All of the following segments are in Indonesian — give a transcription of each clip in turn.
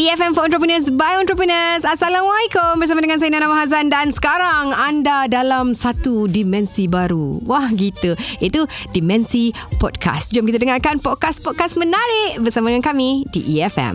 EFM for Entrepreneurs by Entrepreneurs. Assalamualaikum, bersama dengan saya Nana Mahazan. Dan sekarang anda dalam satu dimensi baru. Wah gitu, itu dimensi podcast. Jom kita dengarkan podcast-podcast menarik bersama dengan kami di EFM.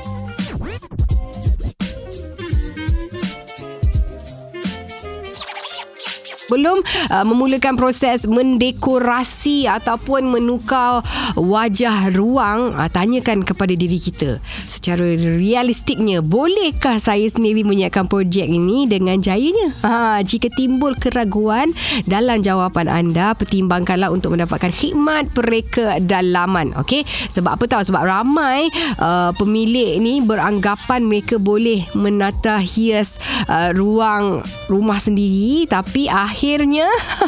Sebelum memulakan proses mendekorasi ataupun menukar wajah ruang, tanyakan kepada diri kita secara realistiknya, bolehkah saya sendiri menyiapkan projek ini dengan jayanya? Jika timbul keraguan dalam jawapan anda, pertimbangkanlah untuk mendapatkan khidmat pereka dalaman. Okey, sebab apa tahu? Sebab ramai pemilik ni beranggapan mereka boleh menata hias ruang rumah sendiri, tapi akhirnya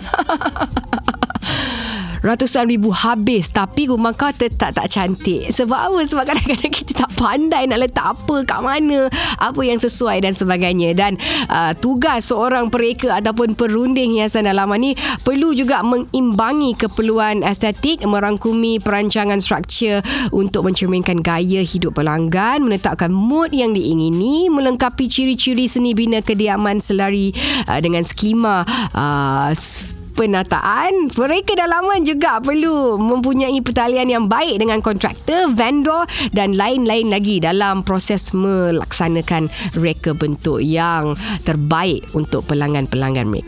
ratusan ribu habis, tapi rumah kau tetap tak cantik. Sebab apa? Sebab kadang-kadang kita tak pandai nak letak apa kat mana, apa yang sesuai dan sebagainya. Dan tugas seorang pereka ataupun perunding hiasan dalaman ni perlu juga mengimbangi keperluan estetik, merangkumi perancangan struktur untuk mencerminkan gaya hidup pelanggan, menetapkan mood yang diingini, melengkapi ciri-ciri seni bina kediaman selari dengan skema penataan. Pereka dalaman juga perlu mempunyai pertalian yang baik dengan kontraktor, vendor dan lain-lain lagi dalam proses melaksanakan reka bentuk yang terbaik untuk pelanggan-pelanggan mereka.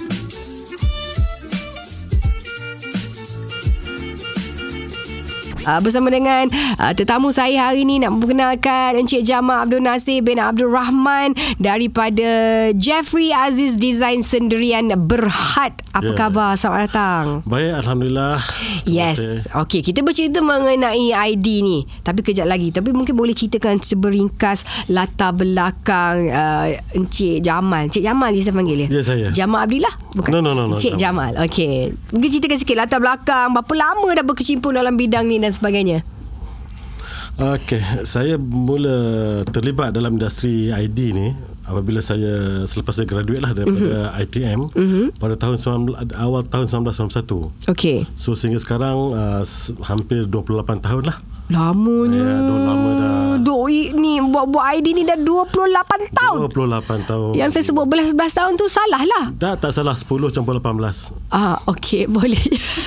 Bersama dengan tetamu saya hari ini, nak memperkenalkan Encik Jamal Abdul Nasir bin Abdul Rahman daripada Jeffrey Aziz Design Sendirian Berhad. Apa khabar? Selamat datang. Baik, Alhamdulillah. Yes. Okey, kita bercerita mengenai ID ni, tapi kejap lagi. Tapi mungkin boleh ceritakan seberingkas latar belakang Encik Jamal. Encik Jamal je saya panggil dia. Ya, saya. Jamal Abdillah? Bukan. No. Encik Jamal. Okey. Mungkin ceritakan sikit latar belakang, berapa lama dah berkecimpung dalam bidang ni dan sebagainya. Okey, saya mula terlibat dalam industri ID ni apabila saya selepas saya graduate lah daripada ITM pada awal tahun 1991. Okey. So sehingga sekarang hampir 28 tahun lah. Lamanya. Ya, lama dah. Ni buat ID ni dah 28 tahun. 28 tahun. Yang saya sebut 11 tahun tu salah lah. Dah tak salah, 10 campur 18. Okey, boleh.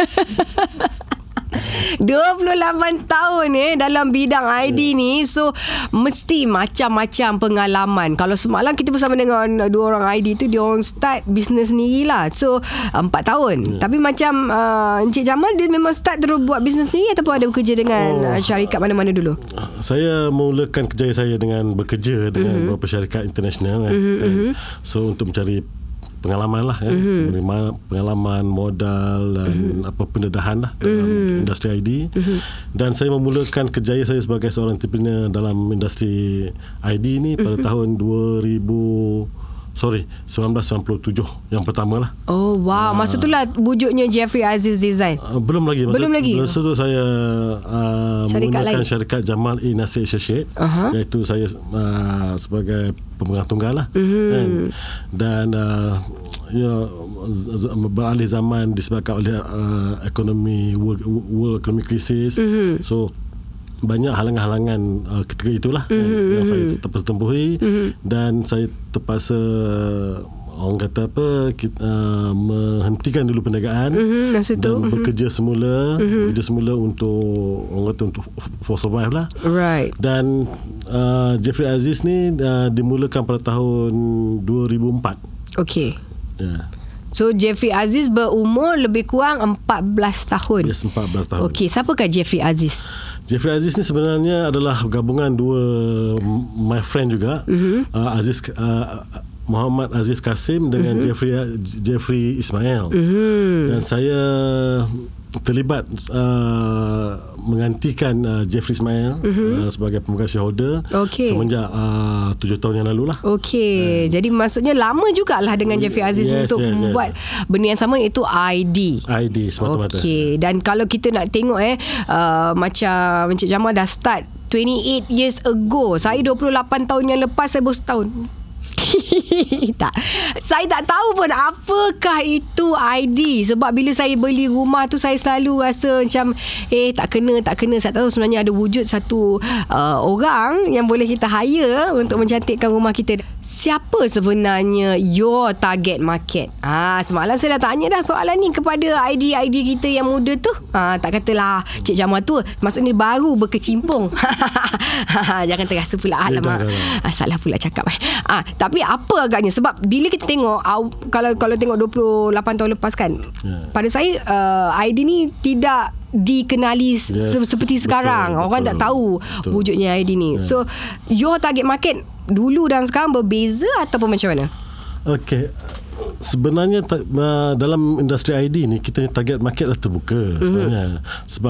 28 tahun dalam bidang ID ni. So mesti macam-macam pengalaman. Kalau semalam kita bersama dengan dua orang ID tu, dia orang start bisnes sendiri lah. So 4 tahun. Tapi macam Encik Jamal, dia memang start terus buat bisnes sendiri ataupun ada bekerja dengan syarikat mana-mana dulu? Saya mulakan kerjaya saya dengan bekerja dengan beberapa syarikat international So untuk mencari pengalaman lah pengalaman modal dan apa pendedahan lah dalam industri ID. Dan saya memulakan kerjaya saya sebagai seorang entrepreneur dalam industri ID ni pada tahun 1997 yang pertama lah. Oh wow, masa tu lah wujudnya Jeffrey Aziz Design. Belum lagi. Masa tu saya menggunakan syarikat Jamal E. Nasir Associate, iaitu saya sebagai pemegang tunggal lah. Dan beralih zaman disebabkan oleh ekonomi world economic crisis. So banyak halangan-halangan ketika itulah yang saya terpaksa tempuhi, dan saya terpaksa orang kata menghentikan dulu perniagaan dan bekerja semula untuk orang kata untuk for survive lah. Right. Dan Jeffrey Aziz ni dimulakan pada tahun 2004. Okey. Ya. So Jeffrey Aziz berumur lebih kurang 14 tahun. Yes, 14 tahun. Okey, siapakah Jeffrey Aziz? Jeffrey Aziz ni sebenarnya adalah gabungan dua my friend juga. Aziz Muhammad Aziz Kasim dengan Jeffrey Ismail. Dan saya terlibat menggantikan Jeffrey Ismail sebagai pemegang shareholder semenjak 7 tahun yang lalu lah. Okey, jadi maksudnya lama jugalah dengan Jeffrey Aziz untuk membuat benda yang sama, iaitu ID semata-mata. Okey, dan kalau kita nak tengok macam Encik Jamal dah start 28 years ago. Saya 28 tahun yang lepas, saya baru setahun. Tak. Saya tak tahu pun apakah itu ID. Sebab bila saya beli rumah tu, saya selalu rasa macam tak kena. Saya tahu sebenarnya ada wujud satu orang yang boleh kita hire untuk mencantikkan rumah kita. Siapa sebenarnya your target market? Semalam saya dah tanya dah soalan ni kepada ID kita yang muda tu. Tak katalah Cik Jamal tu, maksudnya baru berkecimpung. Jangan terasa pula. Alamak, salah pula cakap. Tapi apa agaknya, sebab bila kita tengok kalau tengok 28 tahun lepas kan, pada saya ID ni tidak dikenali seperti sekarang. Orang tak tahu wujudnya ID ni. So your target market dulu dan sekarang berbeza ataupun macam mana? Okey. Sebenarnya dalam industri ID ni kita target market dah terbuka sebenarnya. Sebab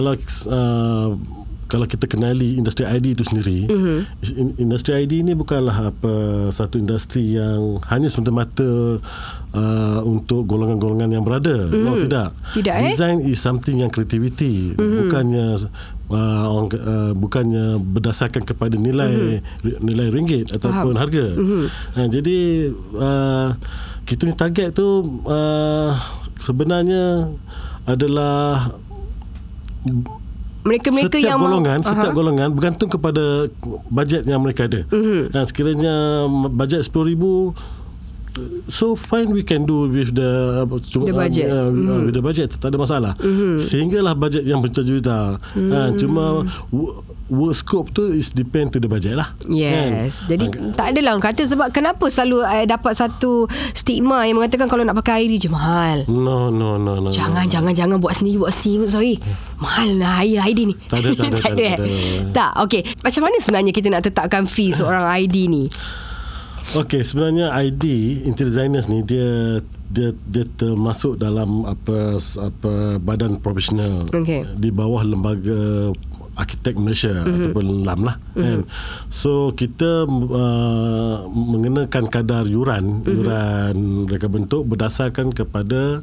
kalau kita kenali industri ID itu sendiri, industri ID ni bukanlah satu industri yang hanya semata-mata untuk golongan-golongan yang berada. No, tidak. Design is something yang creativity, bukannya berdasarkan kepada nilai ringgit ataupun harga. Jadi kita ni target tu sebenarnya adalah mereka-mereka yang setiap golongan bergantung kepada bajet yang mereka ada. Sekiranya bajet 10,000, so fine, we can do with the budget. With the budget, tak ada masalah. Sehinggalah bajet yang berjuta-juta. Cuma work scope tu is depend to the budget lah. Yes. Jadi tak adalah orang kata, sebab kenapa selalu dapat satu stigma yang mengatakan kalau nak pakai ID je mahal. No. Jangan buat sendiri. Sorry. Mahal lah ID ni. Tak ada. Tak. Okey. Macam mana sebenarnya kita nak tetapkan fee seorang ID ni? Okey, sebenarnya ID interior designers ni dia termasuk dalam apa badan profesional di bawah lembaga Arkitek Malaysia ataupun LAM lah. So kita mengenakan kadar yuran reka bentuk berdasarkan kepada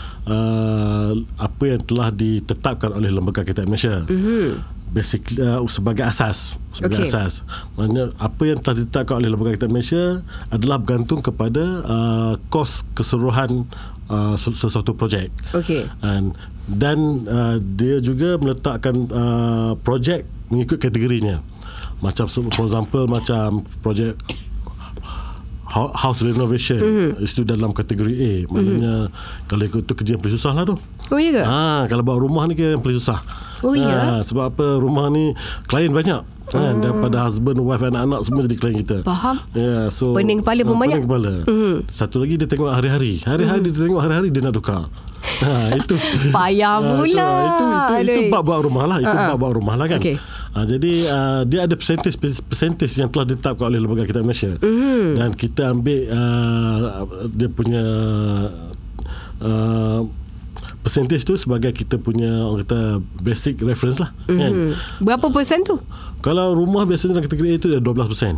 apa yang telah ditetapkan oleh lembaga Arkitek Malaysia. Basically sebagai asas. Maksudnya apa yang telah ditetapkan oleh lembaga Arkitek Malaysia adalah bergantung kepada kos keseluruhan sesuatu projek. Dan dia juga meletakkan projek mengikut kategorinya. Macam for example macam projek house renovation, itu dalam kategori A. Maknanya kalau ikut tu kerja yang paling susah lah tu. Oh iya ke? Kalau buat rumah ni yang paling susah. Oh iya. Sebab apa, rumah ni klien banyak. Daripada husband, wife, anak-anak semua jadi klien kita. Faham. So pening kepala pun banyak. Satu lagi dia tengok hari-hari. Hari-hari dia tengok, hari-hari dia nak tukar. Itu payah pula. Itu bab buat rumah lah. Itu bab buat rumah lah kan. Jadi dia ada persentage yang telah ditetapkan oleh lembaga Arkitek Malaysia. Dan kita ambil dia punya percentage tu sebagai kita punya orang kata basic reference lah. Berapa persen tu? Kalau rumah biasanya dalam kategori A tu 12%.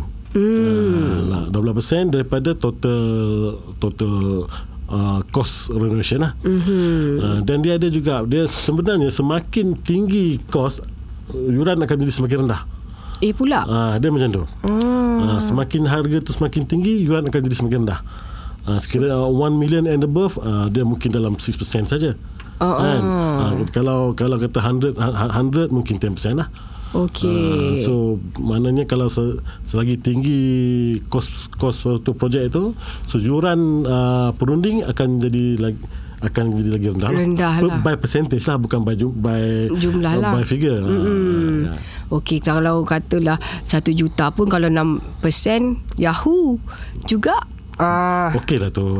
12% daripada total cost renovation lah. Dan dia ada juga, dia sebenarnya semakin tinggi cost, yuran akan menjadi semakin rendah. Pula? Dia macam tu. Semakin harga tu semakin tinggi, yuran akan jadi semakin rendah. Sekiranya 1 million and above, dia mungkin dalam 6% saja. Kalau kata 100 mungkin 10% lah. So maknanya kalau selagi tinggi kos suatu projek itu, so yuran perunding akan jadi lagi rendah lah. By percentage lah, bukan by jumlah lah, by figure. Kalau katalah 1 juta pun kalau 6% Yahoo juga. Okey lah tu.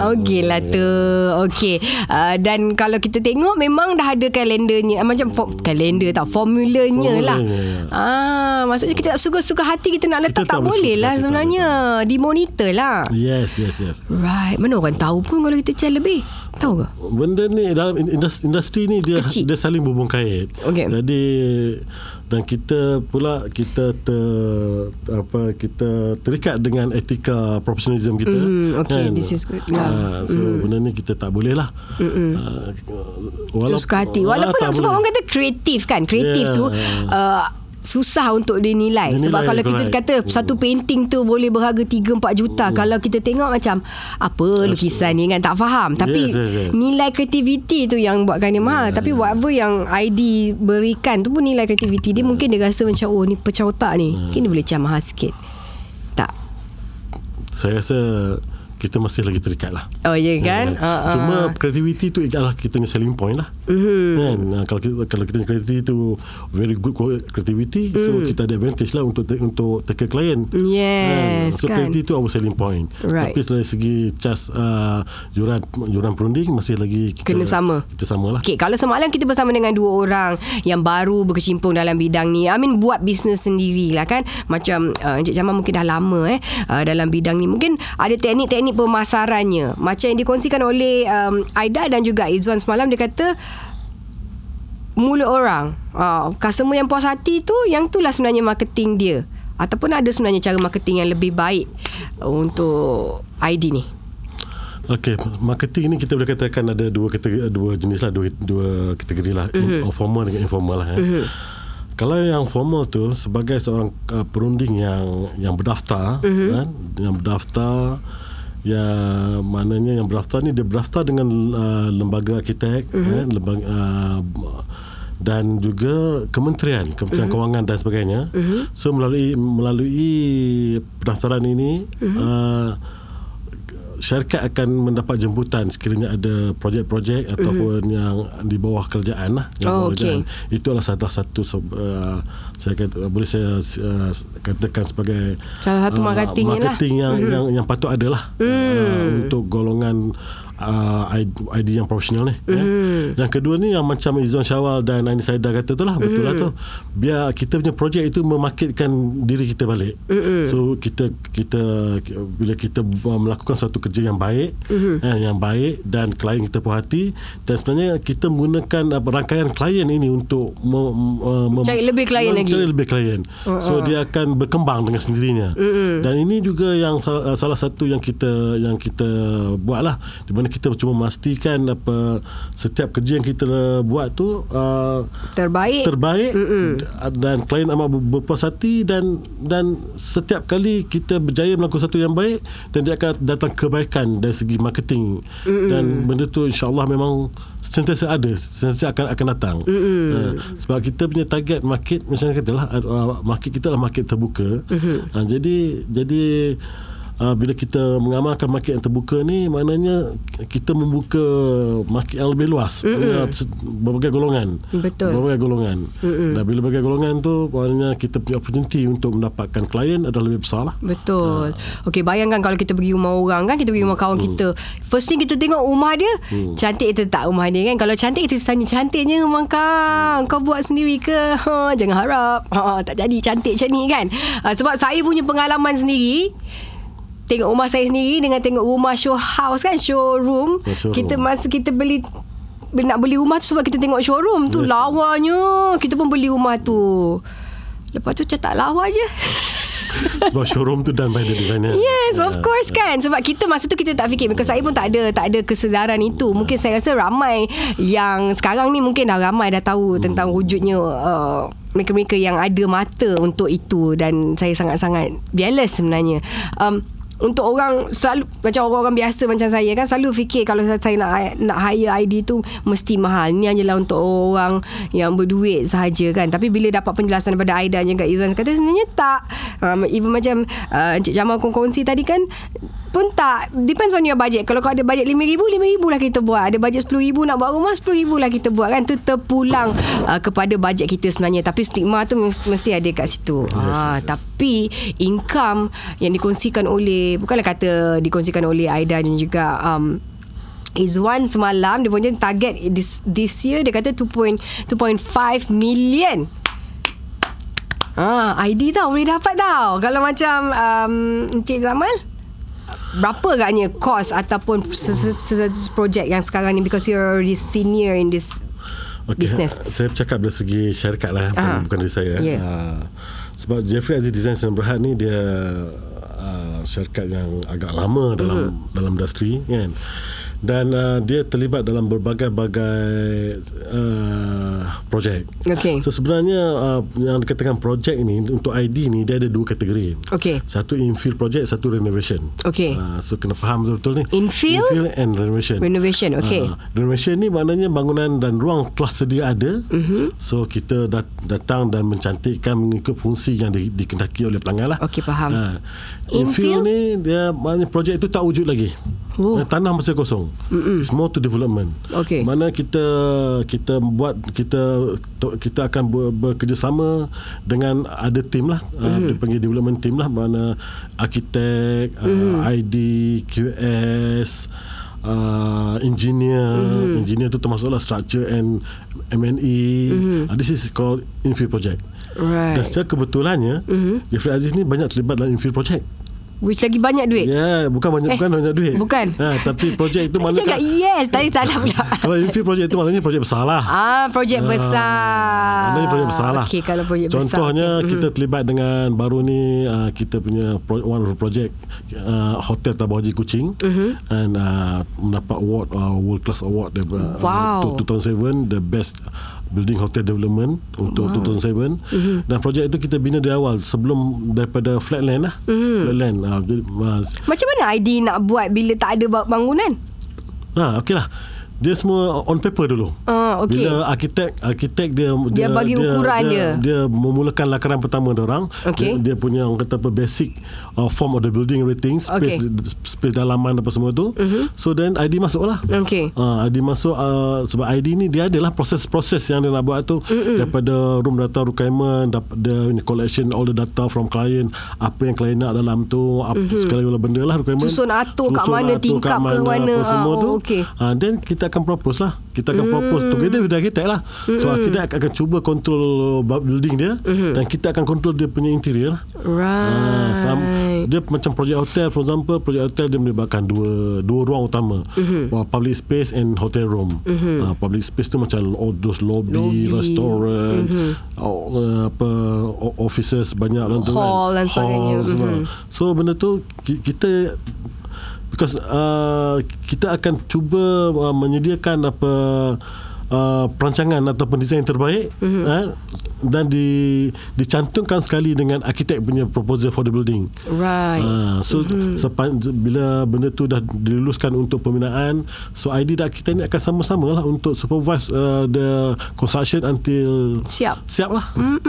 Dan kalau kita tengok memang dah ada kalendernya, macam formulanya lah. Maksudnya kita suka-suka hati kita nak letak, tak boleh lah sebenarnya. Dimonitor lah. Yes. Right. Mana orang tahu pun kalau kita cari lebih. Tahu ke? Benda ni dalam industri ni dia saling berhubung kait. Jadi dan kita pula kita terikat dengan etika profesionalism kita. This is good. So benda ni kita tak boleh lah. Suka hati. Walaupun sebab orang kata kreatif kan. Kreatif tu susah untuk dinilai. Sebab kalau kita kata satu painting tu boleh berharga 3-4 juta, kalau kita tengok macam apa lukisan ni kan, tak faham. Tapi nilai kreativiti tu yang buatkan dia mahal. Tapi whatever yang ID berikan tu pun nilai kreativiti dia, mungkin dia rasa macam ni pecah otak ni, mungkin dia boleh macam mahal sikit. Tak, saya rasa kita masih lagi terikat lah. Oh ya kan? Cuma kreativiti tu adalah kita punya selling point lah. Kan? Kalau kita kreativiti tu very good creativity, so kita ada advantage lah untuk teka klien. Yes, so kan? kreativiti tu our selling point. Right. Tapi dari segi cas yuran perunding masih lagi kena sama. Kita sama lah. Okay, kalau semalam kita bersama dengan 2 orang yang baru berkecimpung dalam bidang ni, buat bisnes sendiri lah kan. Macam Encik Jamal mungkin dah lama dalam bidang ni. Mungkin ada teknik-teknik pemasarannya macam yang dikongsikan oleh Aida dan juga Izzuan semalam. Dia kata mulut orang, customer yang puas hati tu, yang itulah sebenarnya marketing dia. Ataupun ada sebenarnya cara marketing yang lebih baik untuk ID ni? Okey, marketing ni kita boleh katakan ada dua jenis lah, dua kategori lah, formal dengan informal lah. Kalau yang formal tu sebagai seorang perunding yang berdaftar, kan, yang berdaftar, yang mananya yang berdaftar ni dia berdaftar dengan lembaga arkitek, dan juga kementerian kewangan dan sebagainya. So melalui pendaftaran ini, syarikat akan mendapat jemputan sekiranya ada projek-projek ataupun yang di bawah kerajaan lah. Kerajaan. Itu adalah salah satu saya katakan sebagai salah satu marketing yang patut ada lah untuk golongan ID yang profesional ni. Yang kedua ni yang macam Izzuan Syawal dan Aini Saida kata tu lah, betul lah tu. Biar kita punya projek itu memarketkan diri kita balik. So kita bila kita melakukan satu kerja yang baik, yang baik dan klien kita puas hati, dan sebenarnya kita menggunakan rangkaian klien ini untuk cari lebih klien lagi. Cari lebih klien. So dia akan berkembang dengan sendirinya. Dan ini juga yang salah satu yang kita buat lah, di mana kita cuma memastikan setiap kerja yang kita buat tu terbaik dan klien amat berpuas hati, dan setiap kali kita berjaya melakukan satu yang baik, dan dia akan datang kebaikan dari segi marketing, dan benda tu insya-Allah memang sentiasa akan datang. Sebab kita punya target market macam katalah, market kita adalah market terbuka. Jadi bila kita mengamalkan market yang terbuka ni, maknanya kita membuka market yang lebih luas, berbagai golongan. Betul. Berbagai golongan. Dan bila berbagai golongan tu, maknanya kita punya opportunity untuk mendapatkan klien adalah lebih besar lah. Betul. Okey, bayangkan kalau kita pergi rumah orang kan, kita pergi rumah kawan kita, first thing kita tengok rumah dia, cantik atau tak rumah dia kan. Kalau cantik, kita tanya, cantiknya rumah kau buat sendiri ke? Jangan harap tak jadi cantik macam ni kan. Sebab saya punya pengalaman sendiri, tengok rumah saya sendiri dengan tengok rumah show house kan, showroom. Kita masa kita nak beli rumah tu, sebab kita tengok showroom tu lawanya, kita pun beli rumah tu. Lepas tu macam tak lawa je. Sebab showroom tu done by the designer. Yes, of course kan. Sebab kita masa tu kita tak fikir, because saya pun tak ada kesedaran itu. Mungkin saya rasa ramai yang sekarang ni mungkin dah ramai dah tahu tentang wujudnya mereka-mereka yang ada mata untuk itu, dan saya sangat-sangat jealous sebenarnya. Untuk orang selalu macam orang-orang biasa macam saya kan, selalu fikir kalau saya nak hire ID tu mesti mahal. Ni hanyalah untuk orang yang berduit sahaja kan. Tapi bila dapat penjelasan daripada Aida dan juga Izzuan, kata sebenarnya tak. Even macam Encik Jamal kongsi tadi kan, pun tak, depends on your budget. Kalau kau ada budget RM5,000 lah kita buat. Ada budget RM10,000 nak buat rumah, RM10,000 lah kita buat kan. Tu terpulang kepada budget kita sebenarnya. Tapi stigma tu mesti ada kat situ. Yes. Tapi income yang dikongsikan oleh, bukanlah kata dikongsikan oleh Aida dan juga Izzuan semalam, dia punya target this year dia kata 2.5 million. ID tau boleh dapat tau. Kalau macam Encik Jamal, berapa agaknya cost ataupun projek yang sekarang ni, because you're already senior in this business? Saya bercakap dari segi syarikat lah, bukan dari saya. Sebab Jeffrey Aziz Design Sdn Bhd ni dia syarikat yang agak lama dalam industri kan. dan dia terlibat dalam berbagai-bagai projek. Okey. So sebenarnya yang dikatakan projek ni untuk ID ni dia ada 2 kategori. Okey. Satu infill project, satu renovation. Okey. So kena faham betul-betul ni. Infill and renovation. Renovation, okey. Renovation ni maknanya bangunan dan ruang telah sedia ada. So kita datang dan mencantikkan mengikut fungsi yang dikendaki oleh pelanggan lah. Okey, faham. Infill ni dia maknanya projek itu tak wujud lagi. Tanah masih kosong. It's more to development. Okey. Mana kita akan bekerjasama dengan ada tim lah, dipanggil development team lah, mana arkitek, ID, QS, engineer tu termasuklah structure and M&E. This is called infill project. Right. Dan secara kebetulannya Jeffrey Aziz ni banyak terlibat dalam infill project. Which lagi banyak duit? Ya, bukan banyak duit. Bukan. Tapi projek itu maknanya cakap yes, tadi salah pula. Kalau infill projek itu maknanya projek besar lah. Projek besar. Maknanya projek besar lah. Okey, kalau projek besar. Contohnya kita terlibat dengan baru ni kita punya one of the project Hotel Tabah Haji Kuching, and mendapat award World Class Award wow. 2007, the best building hotel development untuk 2007. Dan projek itu kita bina dari awal sebelum daripada flatland lah. Flatland. Macam mana ID nak buat bila tak ada bangunan? Okey lah. Dia semua on paper dulu. Okay. Bila arkitek dia bagi ukuran dia memulakan lakaran pertama dia orang. Okay. Dia punya orang kata apa basic form of the building rating, space dalaman apa semua tu. So then ID masuklah. Okay. ID masuk sebab ID ni dia adalah proses-proses yang dia nak buat tu, daripada room data requirement, the collection all the data from client, apa yang client nak dalam tu, apa segala benda lah requirement. Susun atur kat mana, tingkap ke mana, semua tu. Okay. Then kita akan propose lah. Kita akan propose together with architect lah. So architect akan cuba kontrol building dia, dan kita akan kontrol dia punya interior lah. Right. Dia macam projek hotel, for example, projek hotel dia melibatkan dua ruang utama, public space and hotel room. Public space tu macam all those lobby. Restaurant, offices banyak hall dan sebagainya. So benda tu kita because kita akan cuba menyediakan perancangan ataupun desain yang terbaik, dan dicantumkan sekali dengan arkitek punya proposal for the building. Right. So bila benda tu dah diluluskan untuk pembinaan, so ID dan arkitek ni akan sama-sama lah untuk supervise the construction until siap lah.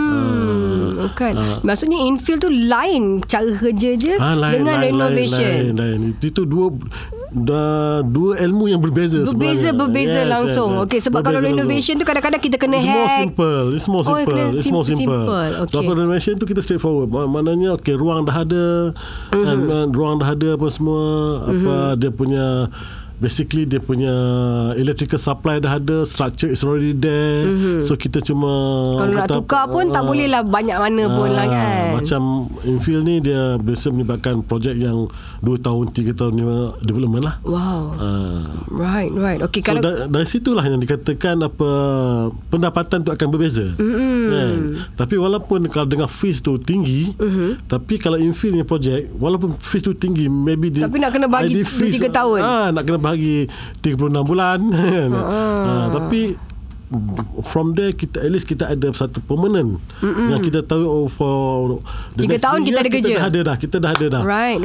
Bukan. Maksudnya infill tu lain cara kerja je dengan renovation. Lain. Itu dua ilmu yang berbeza langsung. Okey, sebab kalau renovation tu kadang-kadang kita kena hack. It's more simple. Okay. Kalau renovation tu kita straightforward. Maknanya ruang dah ada, ruang dah ada apa semua, dia punya basically dia punya electrical supply dah ada, structure is already there. So kita cuma kalau nak tukar pun tak boleh lah banyak mana pun lah kan. Macam infill ni dia biasa melibatkan projek yang 2 tahun 3 tahun development lah. Wow. Right. Okay, so dari situlah yang dikatakan pendapatan tu akan berbeza. Tapi walaupun kalau dengan fees tu tinggi, tapi kalau infill ni projek, walaupun fees tu tinggi, maybe tapi nak kena bagi 2-3 tahun. Nak kena bagi 36 bulan. Tapi from there at least kita ada satu permanent yang kita tahu for 3 tahun kita ada kerja. Kita dah ada dah. Right.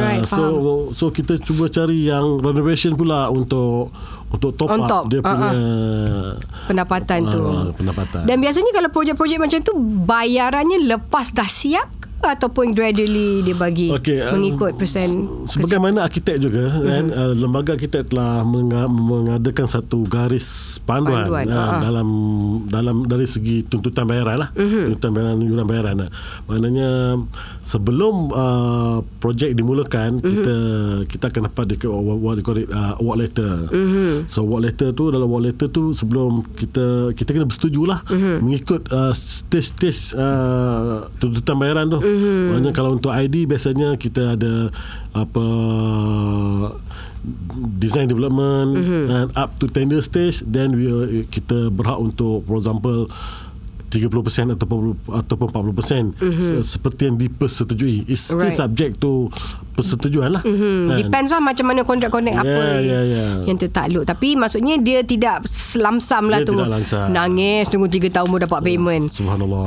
So kita cuba cari yang renovation pula untuk top up dia punya pendapatan tu. Dan biasanya kalau projek-projek macam tu bayarannya lepas dah siap ataupun gradually dia bagi mengikut persen. Sebagaimana arkitek juga kan, lembaga arkitek telah mengadakan satu garis panduan dalam dari segi tuntutan bayaran lah, tuntutan bayaran, yuran bayaran lah. Maknanya sebelum projek dimulakan, kita akan dapat award letter. So award letter tu, dalam award letter tu sebelum kita kena bersetujulah mengikut stage tuntutan bayaran tu. Maknanya kalau untuk ID biasanya kita ada design development and up to tender stage, then kita berhak untuk, for example, 30% ataupun 40% seperti yang dipersetujui. It's still subject to persetujuan lah. Depends lah macam mana kontrak-kontrak apa yang tertakluk. Tapi maksudnya dia tidak lamsam lah, dia tunggu nangis tunggu 3 tahun baru dapat payment. Subhanallah.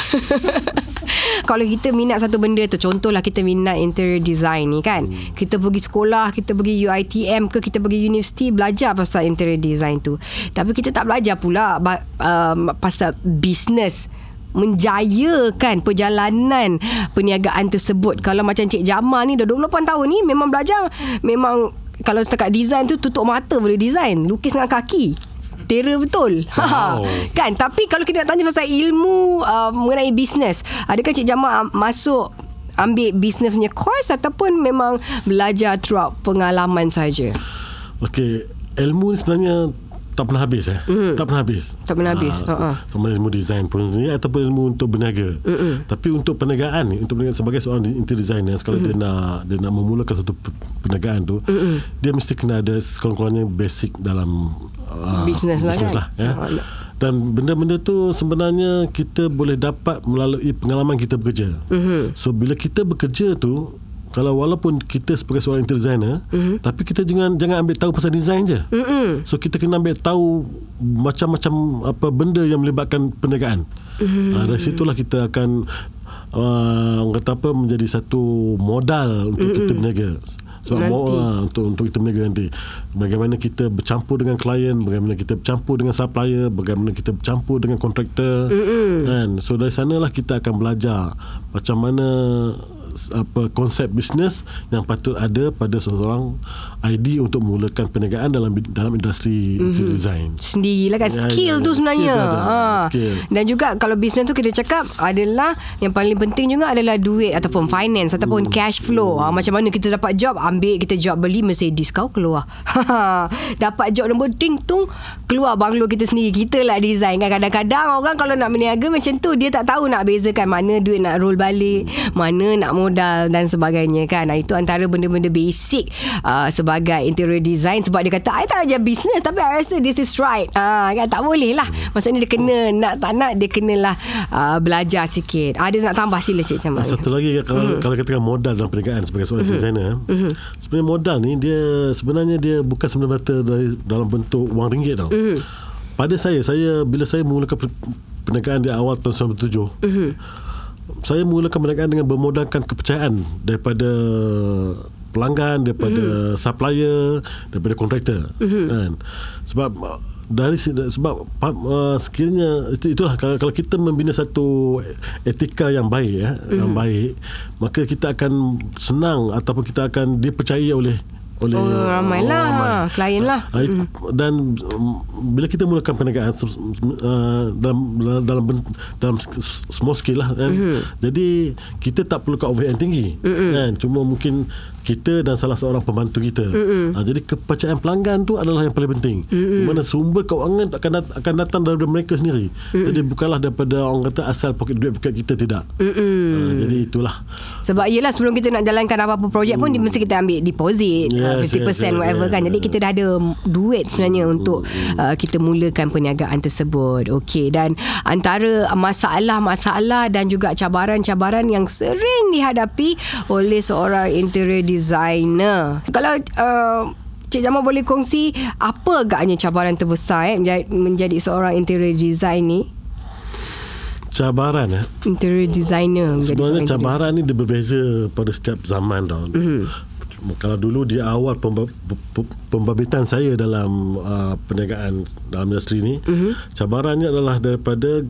Kalau kita minat satu benda tu, contohlah kita minat interior design ni kan, kita pergi sekolah, kita pergi UiTM ke, kita pergi universiti belajar pasal interior design tu, tapi kita tak belajar pula pasal bisnes menjayakan perjalanan perniagaan tersebut. Kalau macam Cik Jamal ni dah 28 tahun ni memang belajar, memang kalau setakat design tu tutup mata boleh design, lukis dengan kaki tera betul. Kan, tapi kalau kita nak tanya pasal ilmu mengenai bisnes, adakah Cik Jamal masuk ambil bisnes punya course ataupun memang belajar throughout pengalaman saja? Okey, ilmu ni sebenarnya tak pernah habis Tak pernah habis. Sama ilmu design pun sendiri ataupun ilmu untuk berniaga. Tapi untuk perniagaan ni, untuk berniaga sebagai seorang interior designer, kalau dia nak memulakan satu perniagaan tu, dia mesti kena ada sekurang-kurangnya basic dalam bisnes lah ya. Dan benda-benda tu sebenarnya kita boleh dapat melalui pengalaman kita bekerja. So bila kita bekerja tu, kalau walaupun kita sebagai seorang interior designer, tapi kita jangan ambil tahu pasal design je. So kita kena ambil tahu macam-macam apa benda yang melibatkan perniagaan. Dari situlah kita akan kata apa, menjadi satu modal untuk kita berniaga. Sebab untuk kita berniaga nanti, bagaimana kita bercampur dengan klien, bagaimana kita bercampur dengan supplier, bagaimana kita bercampur dengan kontraktor, kan? So dari sanalah kita akan belajar macam mana konsep bisnes yang patut ada pada seorang ID untuk memulakan perniagaan dalam industri design. Sendirilah kan, skill tu sebenarnya. Skill. Dan juga kalau bisnes tu kita cakap adalah yang paling penting juga adalah duit ataupun finance ataupun cash flow. Macam mana kita dapat job, ambil kita job beli Mercedes kau keluar. Dapat job nombor ting tung keluar banglo kita sendiri. Kita lah design kan. Kadang-kadang orang kalau nak berniaga macam tu, dia tak tahu nak bezakan mana duit nak roll balik, mana nak modal dan sebagainya kan. Itu antara benda-benda basic sebagai interior design. Sebab dia kata I tak ajar business, tapi I rasa this is right. Kan tak boleh lah. Maksudnya dia kena, nak tak nak dia kenalah belajar sikit. Ada nak tambah, sila Cik Jamal. Satu lagi kalau katakan modal dalam perniagaan sebagai seorang designer, sebenarnya modal ni dia sebenarnya dia bukan semata-mata dalam bentuk wang ringgit tau. Pada saya bila saya memulakan perniagaan di awal tahun 97, saya mulakan perniagaan dengan bermodalkan kepercayaan daripada pelanggan, daripada supplier, daripada kontraktor. Kan? Sebab sekiranya itulah kalau kita membina satu etika yang baik yang baik, maka kita akan senang ataupun kita akan dipercayai oleh ramai lah klien lah. Dan bila kita mulakan perniagaan dalam small scale lah kan, jadi kita tak perlu overhead yang tinggi kan, cuma mungkin kita dan salah seorang pembantu kita. Jadi kepercayaan pelanggan tu adalah yang paling penting. Mana sumber kewangan akan datang daripada mereka sendiri. Jadi bukanlah daripada orang kata asal duit poket kita, tidak. Jadi itulah. Sebab yelah, sebelum kita nak jalankan apa-apa projek pun mesti kita ambil deposit 50% whatever kan. Jadi kita dah ada duit sebenarnya untuk kita mulakan perniagaan tersebut. Okey, dan antara masalah-masalah dan juga cabaran-cabaran yang sering dihadapi oleh seorang interior designer. Kalau Cik Jamal boleh kongsi apa agaknya cabaran terbesar menjadi seorang interior design ni? Cabaran interior designer. Sebenarnya cabaran ni dia berbeza pada setiap zaman tau. Kalau dulu di awal pembabitan saya dalam perniagaan dalam industri ni, cabarannya adalah daripada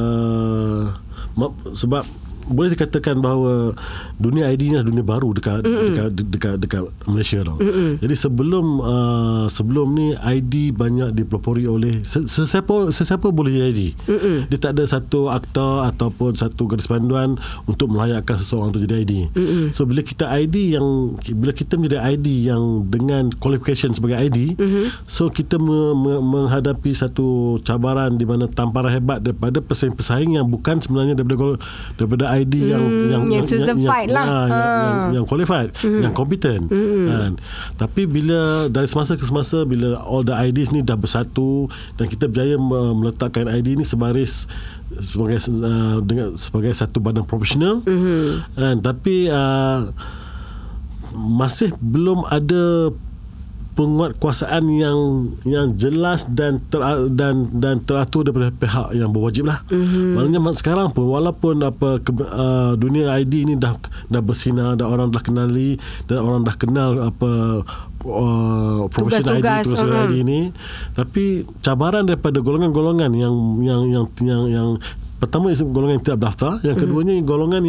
sebab boleh dikatakan bahawa dunia ID ni adalah dunia baru dekat Malaysia tau. Jadi sebelum ni ID banyak dipelopori oleh sesiapa boleh jadi ID. Dia tak ada satu akta ataupun satu garis panduan untuk melayakkan seseorang untuk jadi ID. So bila kita menjadi ID yang dengan qualification sebagai ID, so kita menghadapi satu cabaran di mana tamparan hebat daripada pesaing-pesaing yang bukan sebenarnya daripada ID yang certified lah. Yang qualified, yang competent. Kan. Tapi bila dari semasa ke semasa, bila all the IDs ni dah bersatu dan kita berjaya meletakkan ID ni sebaris sebagai satu badan profesional, kan, tapi masih belum ada penguatkuasaan yang jelas dan teratur daripada pihak yang berwajib lah. Maknanya sekarang pun walaupun dunia ID ni dah bersinar, dah orang dah kenali dan orang dah kenal profesional ID ni, tapi cabaran daripada golongan-golongan yang pertama golongan yang tidak berdaftar, yang keduanya golongan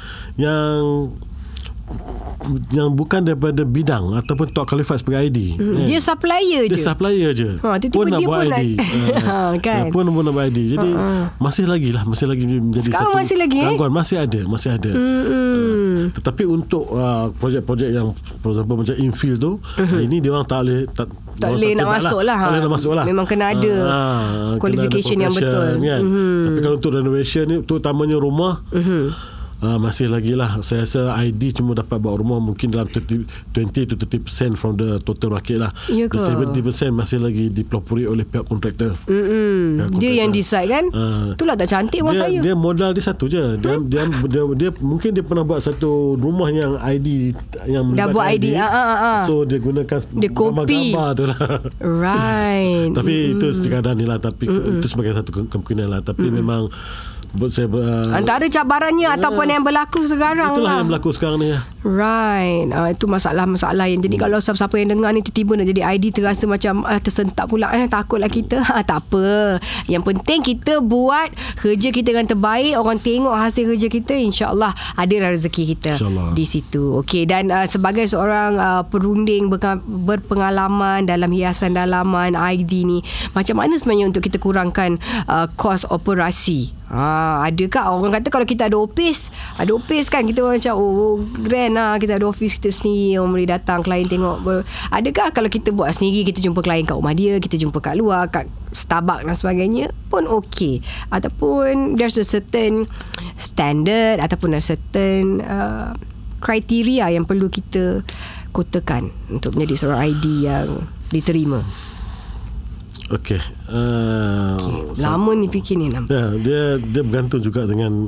yang bukan daripada bidang ataupun tak qualified sebagai ID. Dia supplier je. Dia supplier je. Pun nak buat ID. Kan? Pun nak buat ID. Jadi masih lagi menjadi sekarang satu masih lagi, gangguan. Masih ada. Tetapi untuk projek-projek yang for example macam infill tu, ini dia orang tak boleh nak masuk lah. Memang kena ada qualification yang betul. Kan? Tapi kalau untuk renovation ni, terutamanya rumah, masih lagi lah. Saya rasa ID cuma dapat buat rumah mungkin dalam 20 to 30% from the total market lah. Ya ke? The 70% masih lagi dipelopori oleh pihak kontraktor. Dia yang decide kan. Itulah tak cantik pun saya. Dia modal dia satu je. Dia mungkin dia pernah buat satu rumah yang ID yang dah buat ID. So dia gunakan gambar-gambar tu lah. Right. Tapi itu sekadar ni lah. Tapi itu sebagai satu kemungkinan lah. Tapi memang antara cabarannya ataupun yang berlaku sekarang itulah lah. Yang berlaku sekarang ni ya. Right. Itu masalah-masalah yang jadi kalau siapa-siapa yang dengar ni tiba-tiba nak jadi ID terasa macam tersentak pula, takutlah kita. Tak apa. Yang penting kita buat kerja kita dengan terbaik, orang tengok hasil kerja kita, insya-Allah adalah rezeki kita di situ. Okey, dan sebagai seorang perunding berpengalaman dalam hiasan dalaman ID ni, macam mana sebenarnya untuk kita kurangkan kos operasi? Adakah orang kata kalau kita ada office kan, kita macam grand lah, kita ada office kita sendiri, orang boleh datang, klien tengok. Adakah kalau kita buat sendiri, kita jumpa klien kat rumah dia, kita jumpa kat luar, kat Starbucks dan sebagainya pun okey, ataupun there's a certain standard ataupun a certain kriteria yang perlu kita kotakan untuk menjadi seorang ID yang diterima? Okey. Lama ni fikir ni nam. Dia bergantung juga dengan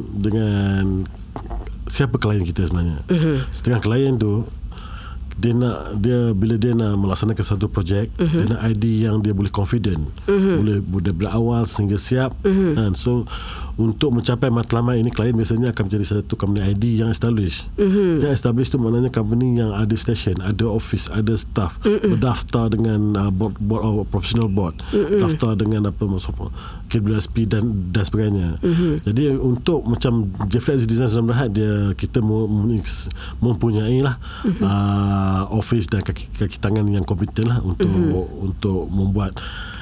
siapa klien kita sebenarnya. Setengah klien tu bila dia nak melaksanakan satu projek, dia nak ID yang dia boleh confident, boleh dari awal sehingga siap. And so untuk mencapai matlamat ini, klien biasanya akan menjadi satu company ID yang established. Yang established tu maknanya company yang ada station, ada office, ada staff, berdaftar dengan board of professional board, daftar dengan KWSP dan sebagainya. Jadi untuk macam Jeffrey Design Sdn Bhd, kita mempunyai lah office dan kaki tangan yang kompeten lah untuk membuat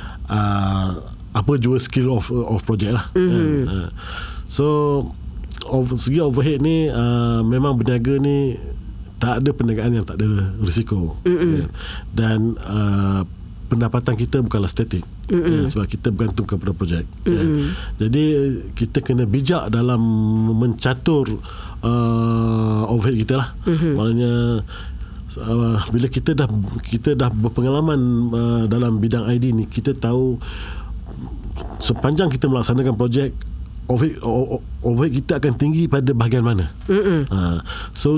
jua skill of project lah. So segi overhead ni memang berniaga ni tak ada perniagaan yang tak ada risiko. Dan pendapatan kita bukanlah statik, sebab kita bergantung kepada projek. Jadi kita kena bijak dalam mencatur overhead kita lah. Maknanya bila kita dah berpengalaman dalam bidang ID ni, kita tahu sepanjang kita melaksanakan projek, overhead kita akan tinggi pada bahagian mana. So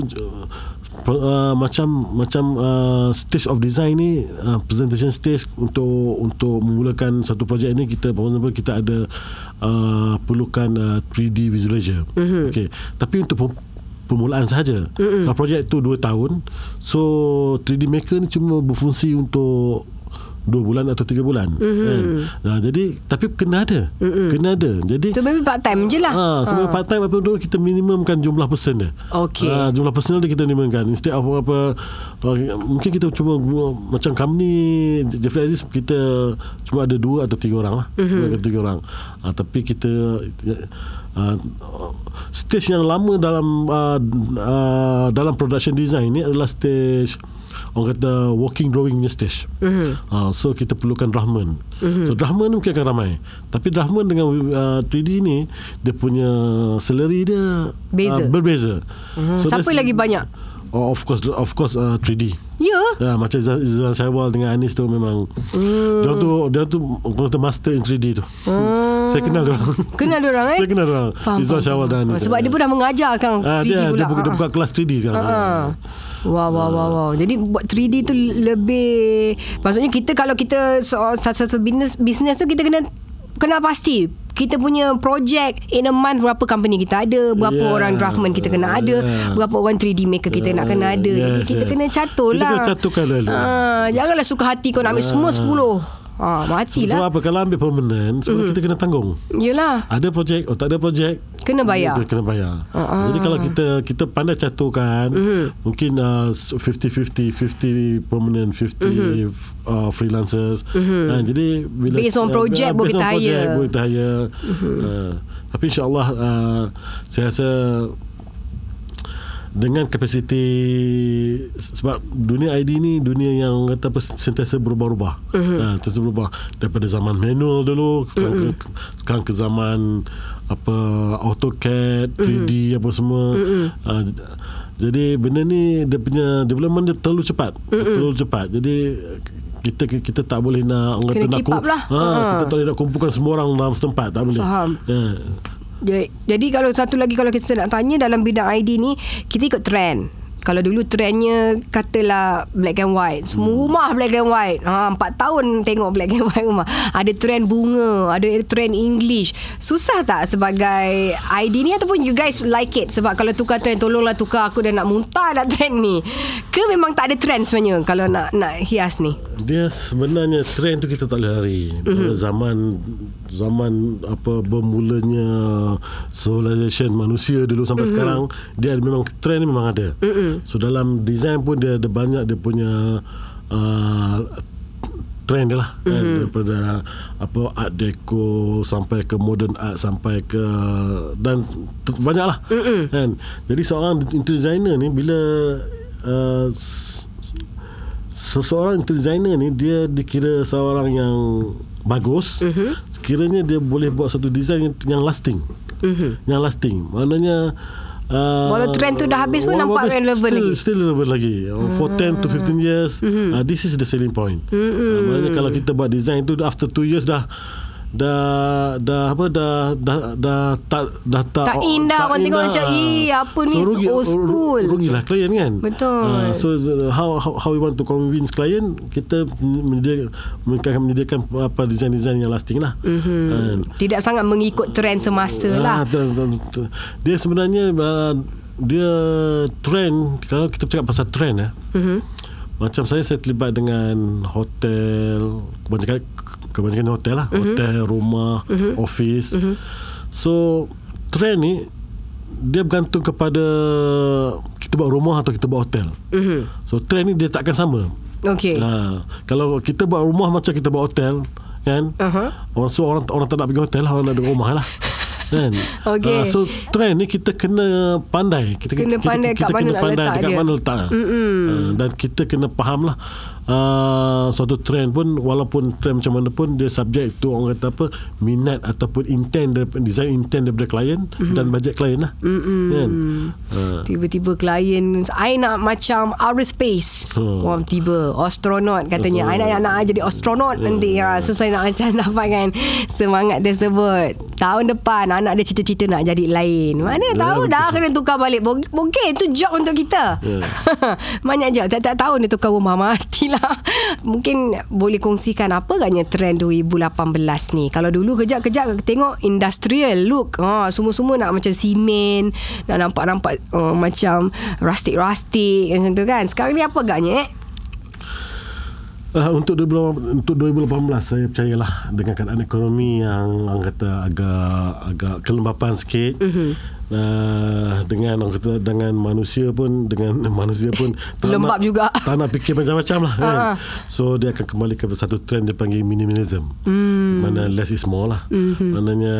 macam stage of design ni, presentation stage untuk memulakan satu projek ni, kita ada perlukan 3D visualizer. Okay. Tapi untuk permulaan sahaja. Kalau projek tu 2 tahun, so 3D Maker ni cuma berfungsi untuk 2 bulan atau 3 bulan. Jadi tapi kena ada. Jadi so maybe part time je lah. Sebagai part time kita minimumkan jumlah person dia. Jumlah personal dia kita minimumkan. Instead of mungkin kita cuma macam company Jeffrey Aziz, kita cuma ada 2 atau 3 orang lah. 2 atau 3 orang. Tapi kita stage yang lama dalam production design ni adalah stage orang kata walking drawing punya stage. So kita perlukan draftsman. So draftsman ni mungkin akan ramai. Tapi draftsman dengan 3D ni, dia punya salary dia berbeza. So siapa lagi banyak? Of course 3D. Ya. Macam Izwan Syawal dengan Anis tu memang dia tu orang kata master in 3D tu. Saya kenal dia orang. Saya kenal dia orang. Izwan Syawal dan Anis. Sebab dia pun dah mengajar kan 3D pula. Dia buka kelas 3D sekarang. Wow. Jadi buat 3D tu lebih, maksudnya kita kalau kita satu bisnes tu kita kena pasti kita punya projek in a month, berapa company kita ada, berapa orang draftman kita kena ada, berapa orang 3D maker kita nak kena ada. Jadi kita kena catur lah. Kita kena caturkan dulu. Janganlah suka hati kau nak ambil semua 10. Matilah. Sebab apa? Kalau ambil permanent, sebenarnya kita kena tanggung. Yelah. Ada projek, tak ada projek, kena bayar. Kena bayar. Jadi kalau kita pandai caturkan, mungkin 50-50 permanent, 50 freelancers. Jadi bila based on project boleh kita hire. Tapi insyaAllah saya rasa dengan kapasiti, sebab dunia ID ni dunia yang kata sentiasa berubah-ubah. Sentiasa berubah daripada zaman manual dulu sekarang ke zaman AutoCAD, 3D apa semua. Jadi benda ni dia punya development dia terlalu cepat. Jadi kita tak boleh nak keep up lah. Kita tak boleh nak kumpulkan semua orang dalam setempat, tak boleh. Faham. Jadi kalau satu lagi, kalau kita nak tanya dalam bidang ID ni, kita ikut trend. Kalau dulu trendnya katalah black and white, semua rumah black and white. 4 tahun tengok black and white rumah. Ada trend bunga, ada trend English. Susah tak sebagai ID ni, ataupun you guys like it? Sebab kalau tukar trend, tolonglah tukar, aku dah nak muntah dah trend ni. Ke memang tak ada trend sebenarnya kalau nak hias ni? Dia sebenarnya trend tu kita tak boleh lari. Zaman bermulanya civilization manusia dulu sampai sekarang, dia memang trend ni memang ada. So dalam design pun dia ada banyak dia punya trend dia lah, daripada art deco sampai ke modern art, sampai ke dan banyak lah kan. Jadi seorang interior designer ni, bila seseorang interior designer ni, dia dikira seorang yang bagus sekiranya dia boleh buat satu design yang lasting. Yang lasting maknanya walau trend tu dah habis pun nampak relevan still relevant lagi for 10 to 15 years. This is the selling point. Maknanya kalau kita buat design tu after 2 years dah tak indah. Orang tengok macam apa ni, so old school. Rugilah klien kan. Betul. So how we want to convince klien, kita menyediakan design-design yang lasting lah. Tidak sangat mengikut trend semasa lah. Dia sebenarnya dia trend, kalau kita cakap pasal trend macam saya terlibat dengan hotel, kebanyakan hotel lah, hotel, rumah, office. So trend ni dia bergantung kepada kita buat rumah atau kita buat hotel. So trend ni dia takkan sama. Kalau kita buat rumah macam kita buat hotel kan, orang tak nak pergi hotel, orang nak duduk rumah lah kan. So trend ni kita kena pandai, kita kena pandai dekat mana letak. Dan kita kena faham lah suatu trend pun, walaupun trend macam mana pun, dia subject tu orang kata minat ataupun intent daripada design, intent daripada klien dan bajet klien lah kan. Tiba-tiba klien, I nak macam outer space, tiba astronot katanya, I nak jadi astronot nanti. So saya nak macam dapatkan semangat tersebut. Tahun depan anak dia cita-cita nak jadi lain, mana tahu dah kena tukar balik. Mungkin itu job untuk kita. Banyak job, tak tahu dia tukar rumah, mati lah. Mungkin boleh kongsikan apa agaknya trend 2018 ni. Kalau dulu kejap-kejap tengok industrial look, semua-semua nak macam simen, nak nampak-nampak macam rustic macam tu kan. Sekarang ni apa agaknya Untuk 2018 saya percayalah dengan keadaan ekonomi yang orang kata agak kelembapan sikit. Dengan orang kata dengan manusia pun lembab juga, tak nak fikir macam-macam lah kan. So dia akan kembali kepada satu trend dia panggil minimalism. Mana less is more lah. Maknanya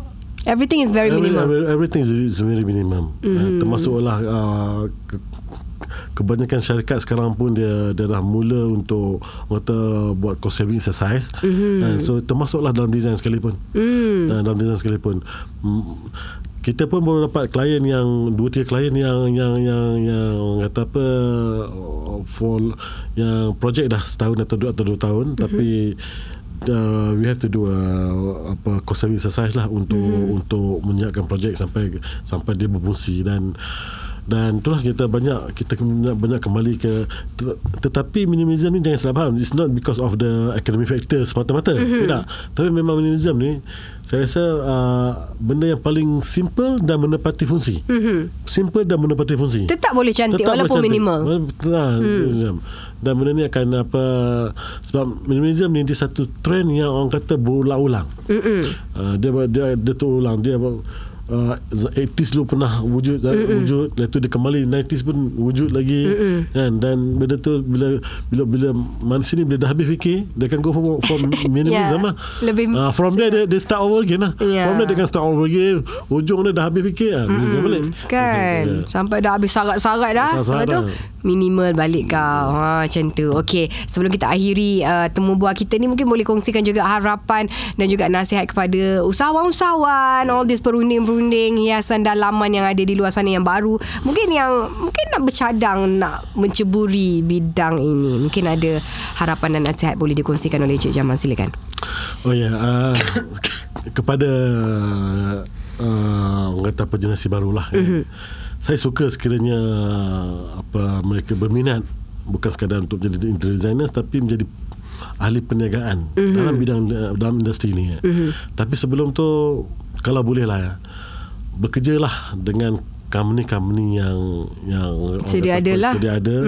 everything is very minimum. Everything is very minimum. Termasuklah kebanyakan syarikat sekarang pun dia dah mula untuk buat cost saving exercise. So termasuklah dalam design sekalipun. Dalam design sekalipun. Kita pun baru dapat klien yang 2-3 klien yang kata apa, for yang projek dah setahun atau 2 tahun, tapi we have to do cost saving exercise lah untuk menyiapkan projek sampai dia berfungsi, dan itulah kita banyak kembali ke tetapi minimalism ni jangan salah faham, it's not because of the academic factors semata-mata, tidak, tapi memang minimalism ni saya rasa benda yang paling simple dan menepati fungsi. Simple dan menepati fungsi, tetap boleh cantik walaupun minimal. Dan benda ni akan sebab minimalism ni dia satu trend yang orang kata berulang-ulang. Dia terulang. Dia 80s dulu pernah wujud, lepas tu dia kembali 90s pun wujud lagi, kan? Dan benda tu bila manusia ni bila dah habis fikir, dia akan go for minimalism lah. From there dia start over again lah. From there dia akan start over again, ujung dia dah habis fikir minimalism balik kan, sampai dah habis sarat-sarat dah, lepas tu minimal balik kau. Macam tu. Okey, sebelum kita akhiri temu bual kita ni, mungkin boleh kongsikan juga harapan dan juga nasihat kepada usahawan-usahawan, all this perunding hiasan dalaman yang ada di luar sana yang baru, mungkin nak bercadang, nak menceburi bidang ini. Mungkin ada harapan dan nasihat boleh dikongsikan oleh Encik Jamal, silakan. Kepada orang kata generasi barulah, saya suka sekiranya mereka berminat bukan sekadar untuk menjadi interior designers, tapi menjadi ahli perniagaan dalam industri ni. Tapi sebelum tu, kalau boleh lah, bekerjalah dengan company-company yang sedia ada,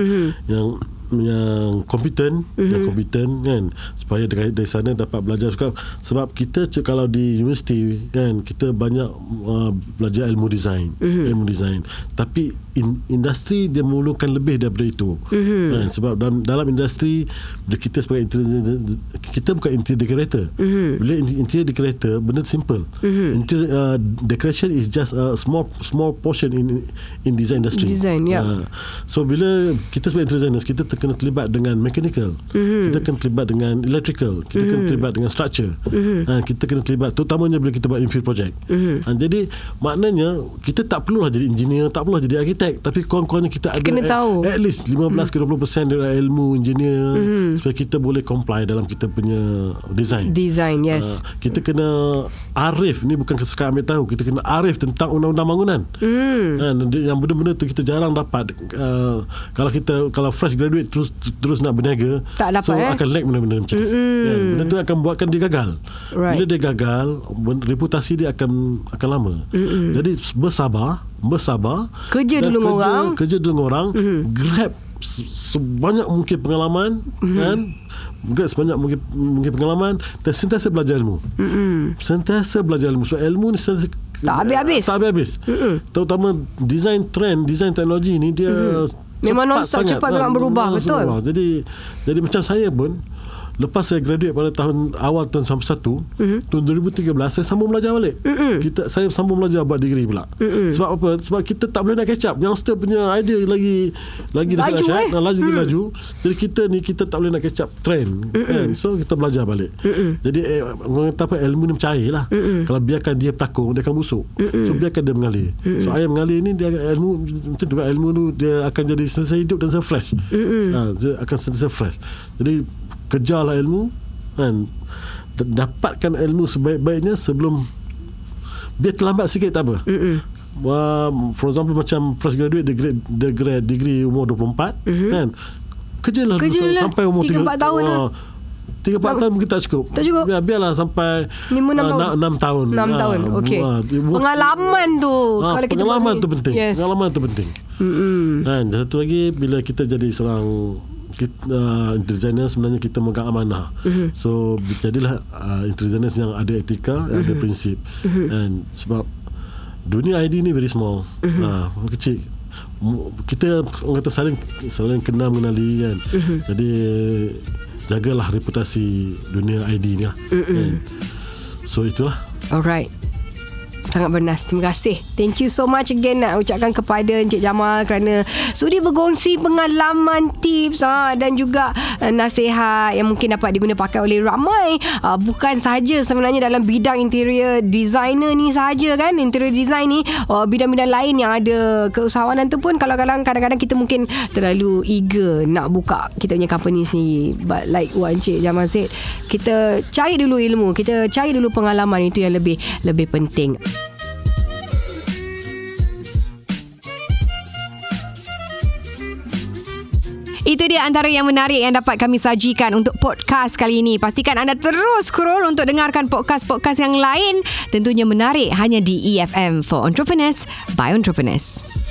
yang kompeten, kan, supaya dari sana dapat belajar. Sebab kita kalau di universiti kan, kita banyak belajar ilmu design, tapi industri dia memerlukan lebih daripada itu. Kan? Sebab dalam industri, kita sebagai kita bukan interior decorator. Bila interior decorator, benda simple. Interior decoration is just a small portion in design industry. So bila kita sebagai interior designers, kita kena terlibat dengan mechanical, kita kena terlibat dengan electrical, kita kena terlibat dengan structure, kita kena terlibat terutamanya bila kita buat infill project. Jadi maknanya kita tak perlulah jadi engineer, tak perlulah jadi arkitek, tapi kurang-kurangnya kita ada at least 15 ke 20% dari ilmu engineer, supaya kita boleh comply dalam kita punya design. Yes. Kita kena arif, ni bukan sekadar ambil tahu, kita kena arif tentang undang-undang bangunan. Yang benda-benda tu kita jarang dapat. Kalau fresh graduate terus nak berniaga, tak dapat, so akan lag benda-benda macam benda tu akan buatkan dia gagal. Bila dia gagal, reputasi dia akan lama. Jadi bersabar, kerja dulu dengan orang, grab sebanyak mungkin pengalaman, kan, sebanyak mungkin pengalaman, dan sentiasa belajar ilmu. Sentiasa belajar ilmu, sebab ilmu ni tak habis-habis. Terutama design teknologi ni, dia memang non-stop, cepat sangat berubah. Betul. Jadi macam saya pun, lepas saya graduate pada awal tahun 91, tahun 2013 saya sambung belajar balik. Saya sambung belajar buat degree pula. Sebab apa? Sebab kita tak boleh nak catch up. Youngster punya idea lagi laju. Jadi kita tak boleh nak catch up trend, kan? So kita belajar balik. Jadi ilmu ni mencair lah. Kalau biarkan dia bertakung, dia akan busuk. So biarkan dia mengalir. So air mengalir ni, dia ilmu macam tu, ilmu tu dia akan jadi sentiasa hidup dan sentiasa fresh. Dia akan sentiasa fresh. Jadi kejarlah ilmu, kan, dapatkan ilmu sebaik-baiknya sebelum, biar terlambat sikit tak apa. For example, macam fresh graduate degree umur 24, kan, kerjalah sampai umur 3-4 tahun. 3-4 tahun mungkin tak cukup. Biarlah sampai 6 tahun. 6 tahun. Okey. Pengalaman tu. Pengalaman tu penting. Pengalaman tu penting. Dan satu lagi, bila kita jadi seorang designer, sebenarnya kita memegang amanah. So jadilah designers yang ada etika, yang ada prinsip. And sebab dunia ID ni very small, kecil. Kita orang kata saling kenal mengenali, kan. Jadi jagalah reputasi dunia ID ni lah. So itulah. Alright. Sangat bernas. Terima kasih. Thank you so much again nak ucapkan kepada Encik Jamal kerana sudi berkongsi pengalaman, tips dan juga nasihat yang mungkin dapat diguna pakai oleh ramai. Bukan sahaja sebenarnya dalam bidang interior designer ni sahaja kan, interior design ni, bidang-bidang lain yang ada keusahawanan tu pun kadang-kadang kita mungkin terlalu eager nak buka kita punya company sendiri. But like what Encik Jamal said, kita cari dulu ilmu, kita cari dulu pengalaman, itu yang lebih penting. Itu dia antara yang menarik yang dapat kami sajikan untuk podcast kali ini. Pastikan anda terus scroll untuk dengarkan podcast-podcast yang lain. Tentunya menarik hanya di EFM for Entrepreneurs by Entrepreneurs.